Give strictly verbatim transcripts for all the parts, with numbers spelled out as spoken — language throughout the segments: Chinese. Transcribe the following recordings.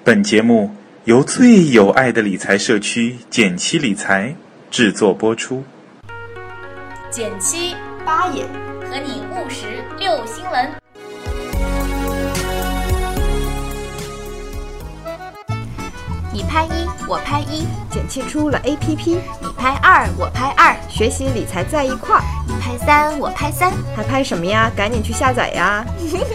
本节目由最有爱的理财社区减七理财制作播出。 减七八也和你务实六新闻。你拍一，我拍一， 减七出了 A P P， 你拍二，我拍二， 学习理财在一块儿。 你拍三，我拍三， 还拍什么呀？赶紧去下载呀！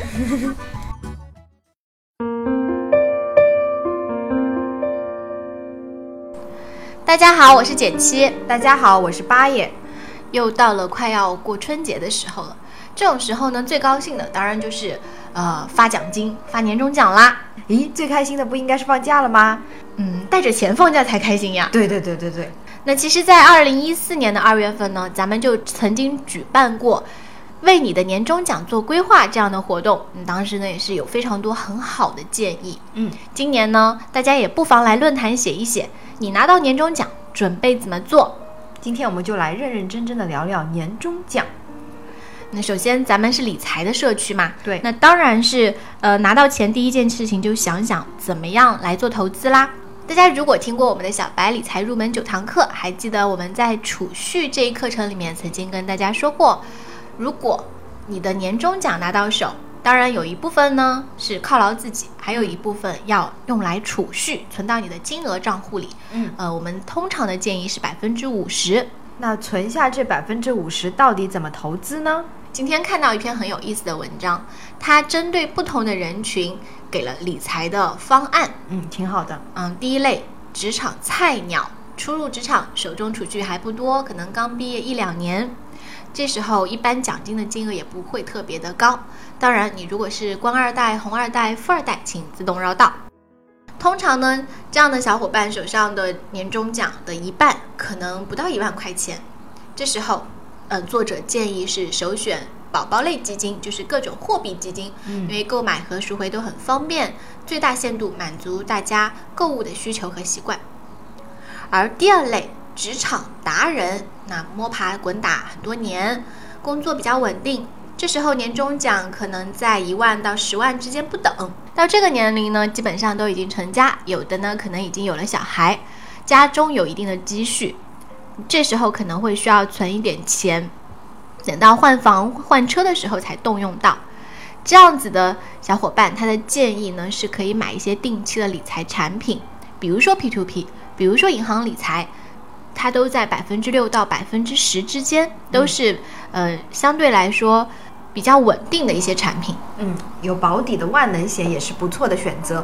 大家好，我是减七。 大家好，我是八爷。 又到了快要过春节的时候了，这种时候呢，最高兴的当然就是呃发奖金、发年终奖啦。 咦，最开心的不应该是放假了吗？ 嗯，带着钱放假才开心呀。 对对对对对。 那其实，在二零一四年的二月份呢，咱们就曾经举办过为你的年终奖做规划这样的活动。嗯，当时呢也是有非常多很好的建议。 嗯， 今年呢，大家也不妨来论坛写一写，你拿到年终奖准备怎么做。 今天我们就来认认真真的聊聊年终奖。 那首先咱们是理财的社区嘛， 对， 那当然是呃拿到钱第一件事情就想想怎么样来做投资啦。大家如果听过我们的小白理财入门九堂课，还记得我们在储蓄这一课程里面曾经跟大家说过，如果你的年终奖拿到手，当然有一部分呢是犒劳自己，还有一部分要用来储蓄，存到你的金额账户里。 嗯， 呃，我们通常的建议是百分之五十。 那存下这百分之五十到底怎么投资呢？ 今天看到一篇很有意思的文章，它针对不同的人群给了理财的方案。 嗯，挺好的。 嗯，第一类，职场菜鸟，初入职场，手中储蓄还不多，可能刚毕业一两年，这时候一般奖金的金额也不会特别的高。当然，你如果是官二代、红二代、富二代，请自动绕道。通常呢，这样的小伙伴手上的年终奖的一半可能不到一万块钱，这时候嗯，作者建议是首选宝宝类基金，就是各种货币基金。嗯，因为购买和赎回都很方便，最大限度满足大家购物的需求和习惯。而第二类，职场达人，那摸爬滚打很多年，工作比较稳定，这时候年终奖可能在一万到十万之间不等。到这个年龄呢，基本上都已经成家，有的呢可能已经有了小孩，家中有一定的积蓄，这时候可能会需要存一点钱，等到换房换车的时候才动用到。这样子的小伙伴，他的建议呢是可以买一些定期的理财产品，比如说 P to P， 比如说银行理财，它都在百分之六到百分之十之间，都是、嗯、呃相对来说比较稳定的一些产品。 嗯，有保底的万能险也是不错的选择。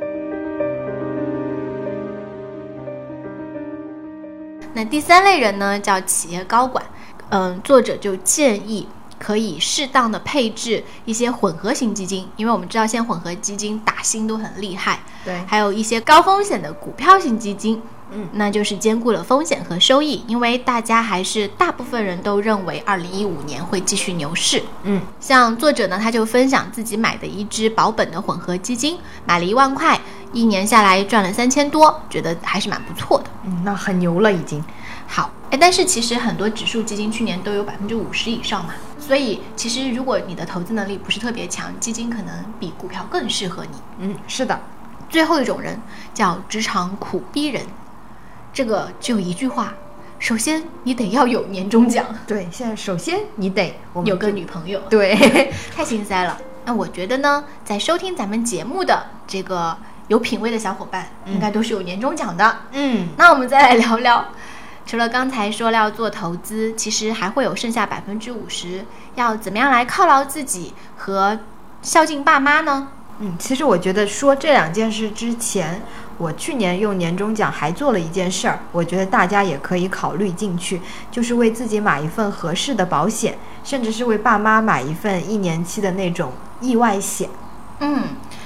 那第三类人呢，叫企业高管。嗯，作者就建议可以适当的配置一些混合型基金，因为我们知道现在混合基金打新都很厉害。 对， 还有一些高风险的股票型基金。 嗯， 那就是兼顾了风险和收益，因为大家还是大部分人都认为二零一五年会继续牛市。 嗯， 像作者呢，他就分享自己买的一支保本的混合基金，买了一万块，一年下来赚了三千多，觉得还是蛮不错的。 嗯，那很牛了已经。 好，哎，但是其实很多指数基金去年都有百分之五十以上嘛，所以其实如果你的投资能力不是特别强，基金可能比股票更适合你。 嗯，是的。 最后一种人叫职场苦逼人。这个只有一句话，首先你得要有年终奖。 对，现在首先你得有个女朋友。 对， 太心塞了。那我觉得呢，在收听咱们节目的这个有品位的小伙伴、嗯、应该都是有年终奖的。 嗯， 那我们再来聊聊，除了刚才说了要做投资，其实还会有剩下百分之五十，要怎么样来犒劳自己和孝敬爸妈呢？ 嗯，其实我觉得说这两件事之前，我去年用年终奖还做了一件事儿，我觉得大家也可以考虑进去，就是为自己买一份合适的保险，甚至是为爸妈买一份一年期的那种意外险。 嗯，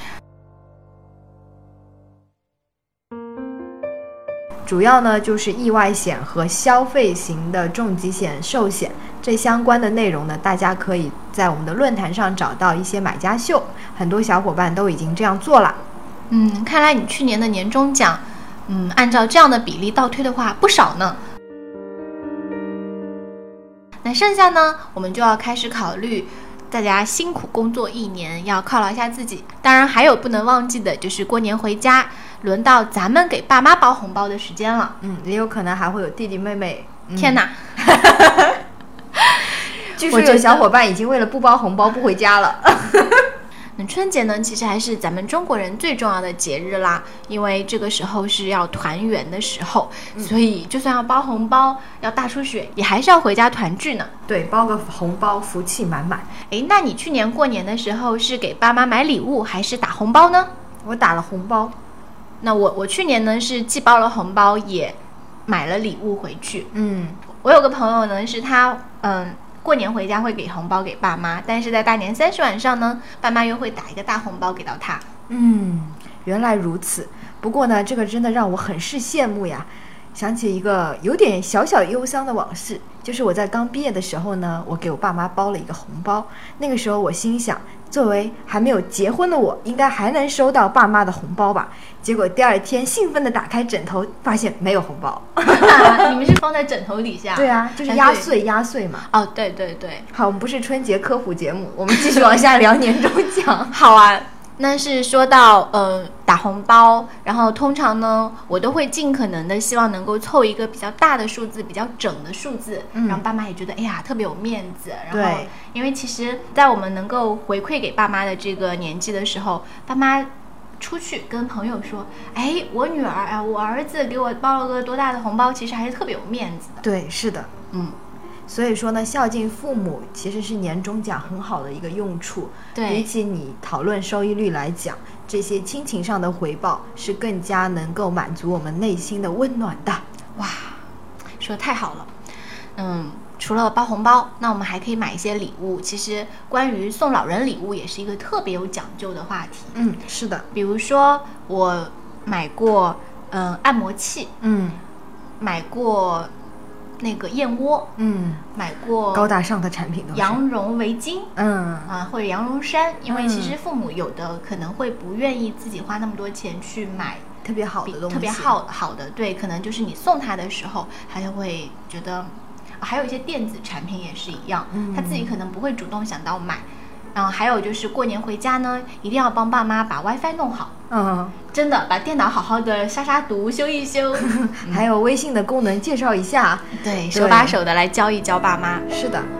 主要呢就是意外险和消费型的重疾险、寿险，这相关的内容呢，大家可以在我们的论坛上找到一些买家秀，很多小伙伴都已经这样做了。 嗯，看来你去年的年终奖，嗯，按照这样的比例倒推的话，不少呢。那剩下呢，我们就要开始考虑大家辛苦工作一年，要犒劳一下自己。当然还有不能忘记的就是过年回家，轮到咱们给爸妈包红包的时间了。 嗯，也有可能还会有弟弟妹妹。 嗯、天哪！ 据说有小伙伴已经为了不包红包不回家了。 那春节呢，其实还是咱们中国人最重要的节日啦，因为这个时候是要团圆的时候，嗯、所以就算要包红包，要大出血，也还是要回家团聚呢。 对，包个红包，福气满满。 诶，那你去年过年的时候是给爸妈买礼物，还是打红包呢？ 我打了红包。 那我我去年呢是既包了红包，也买了礼物回去。 嗯， 我有个朋友呢，是他嗯。过年回家会给红包给爸妈，但是在大年三十晚上呢，爸妈又会打一个大红包给到他。 嗯，原来如此。不过呢，这个真的让我很是羡慕呀。想起一个有点小小忧伤的往事，就是我在刚毕业的时候呢，我给我爸妈包了一个红包。那个时候我心想，作为还没有结婚的我，应该还能收到爸妈的红包吧。结果第二天兴奋地打开枕头，发现没有红包。 你们是放在枕头底下？ 对啊，就是压岁压岁嘛。 哦，对对对。 好，我们不是春节科普节目，我们继续往下聊年终奖。 好啊。那是说到呃打红包，然后通常呢，我都会尽可能的希望能够凑一个比较大的数字，比较整的数字，嗯、让爸妈也觉得哎呀特别有面子。然后，因为其实，在我们能够回馈给爸妈的这个年纪的时候，爸妈出去跟朋友说，哎，我女儿啊，我儿子给我包了个多大的红包，其实还是特别有面子的。 对，是的，嗯。所以说呢，孝敬父母其实是年终奖很好的一个用处。 对， 比起你讨论收益率来讲，这些亲情上的回报是更加能够满足我们内心的温暖的。 哇，说得太好了。嗯，除了包红包，那我们还可以买一些礼物。其实关于送老人礼物也是一个特别有讲究的话题。 嗯，是的。 比如说我买过嗯、呃、按摩器， 嗯， 买过那个燕窝， 嗯， 买过高大上的产品都是羊绒围巾， 嗯啊，或者羊绒衫，因为其实父母有的可能会不愿意自己花那么多钱去买特别好的东西， 特别好好的，对，可能就是你送他的时候，他就会觉得，啊、还有一些电子产品也是一样， 嗯、 他自己可能不会主动想到买。然后还有就是过年回家呢，一定要帮爸妈把 WiFi 弄好。 嗯， 真的把电脑好好的杀杀毒、修一修。 还有微信的功能介绍一下， 对，手把手的来教一教爸妈。 是的。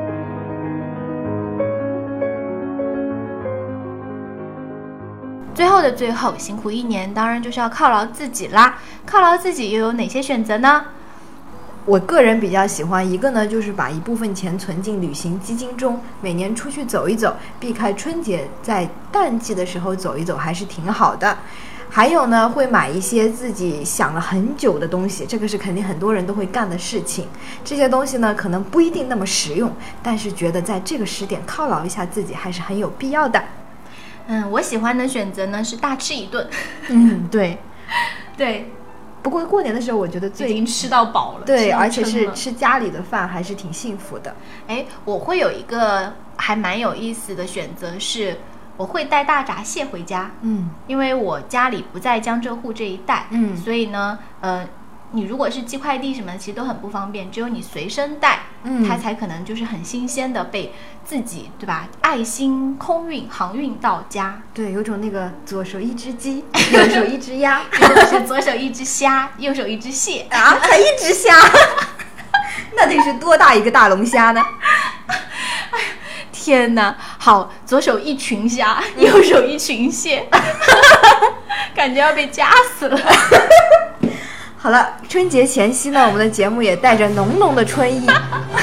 最后的最后，辛苦一年，当然就是要犒劳自己啦。犒劳自己又有哪些选择呢？ 我个人比较喜欢一个呢，就是把一部分钱存进旅行基金中，每年出去走一走，避开春节在淡季的时候走一走还是挺好的。还有呢，会买一些自己想了很久的东西，这个是肯定很多人都会干的事情。这些东西呢，可能不一定那么实用，但是觉得在这个时点犒劳一下自己还是很有必要的。 嗯，我喜欢的选择呢是大吃一顿。 嗯，对， 对。 不过过年的时候，我觉得最已经吃到饱了， 对，而且是吃家里的饭，还是挺幸福的。 哎，我会有一个还蛮有意思的选择是，我会带大闸蟹回家。 嗯， 因为我家里不在江浙沪这一带， 嗯， 所以呢，呃，你如果是寄快递什么的，其实都很不方便，只有你随身带， 嗯， 它才可能就是很新鲜的被自己，对吧？爱心空运航运到家。 对，有种那个左手一只鸡，右手一只鸭， 是左手一只虾，右手一只蟹啊，才一只虾，那得是多大一个大龙虾呢？ 天哪！好，左手一群虾，右手一群蟹，感觉要被夹死了。 好了，春节前夕呢，我们的节目也带着浓浓的春意。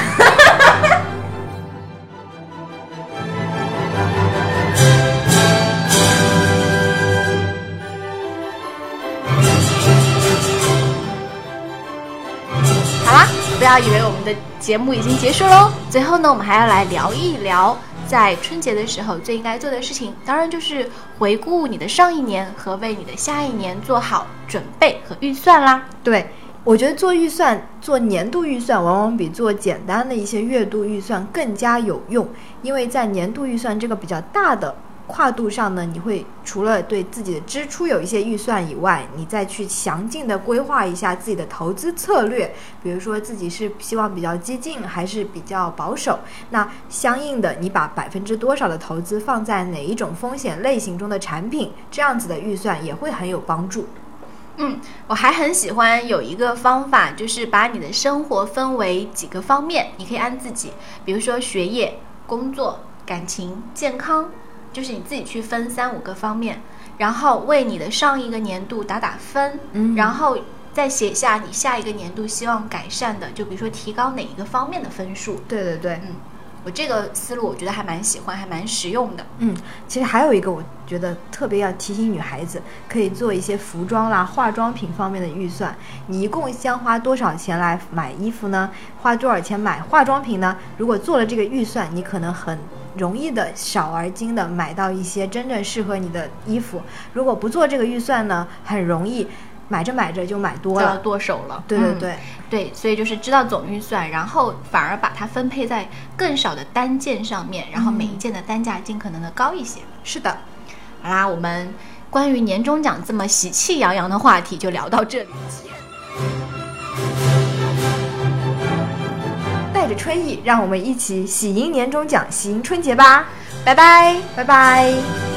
好啦，不要以为我们的节目已经结束喽。最后呢，我们还要来聊一聊在春节的时候最应该做的事情，当然就是回顾你的上一年和为你的下一年做好准备和预算啦。 对，我觉得做预算，做年度预算往往比做简单的一些月度预算更加有用，因为在年度预算这个比较大的跨度上呢，你会除了对自己的支出有一些预算以外，你再去详尽的规划一下自己的投资策略，比如说自己是希望比较激进还是比较保守，那相应的你把百分之多少的投资放在哪一种风险类型中的产品，这样子的预算也会很有帮助。 嗯，我还很喜欢有一个方法，就是把你的生活分为几个方面，你可以按自己，比如说学业、工作、感情、健康，就是你自己去分三五个方面，然后为你的上一个年度打打分， 嗯， 然后再写下你下一个年度希望改善的，就比如说提高哪一个方面的分数。 对对对， 嗯，我这个思路我觉得还蛮喜欢，还蛮实用的。 嗯，其实还有一个我觉得特别要提醒女孩子，可以做一些服装啦、化妆品方面的预算。你一共将花多少钱来买衣服呢？花多少钱买化妆品呢？如果做了这个预算，你可能很容易的少而精的买到一些真正适合你的衣服。如果不做这个预算呢，很容易买着买着就买多了， 就要剁手了。 对对对、嗯、 对，所以就是知道总预算，然后反而把它分配在更少的单件上面，然后每一件的单价尽可能的高一些。 嗯、是的。 好啦，我们关于年终奖这么喜气洋洋的话题就聊到这里。 带着春意，让我们一起喜迎年终奖，喜迎春节吧！ 拜拜， 拜拜。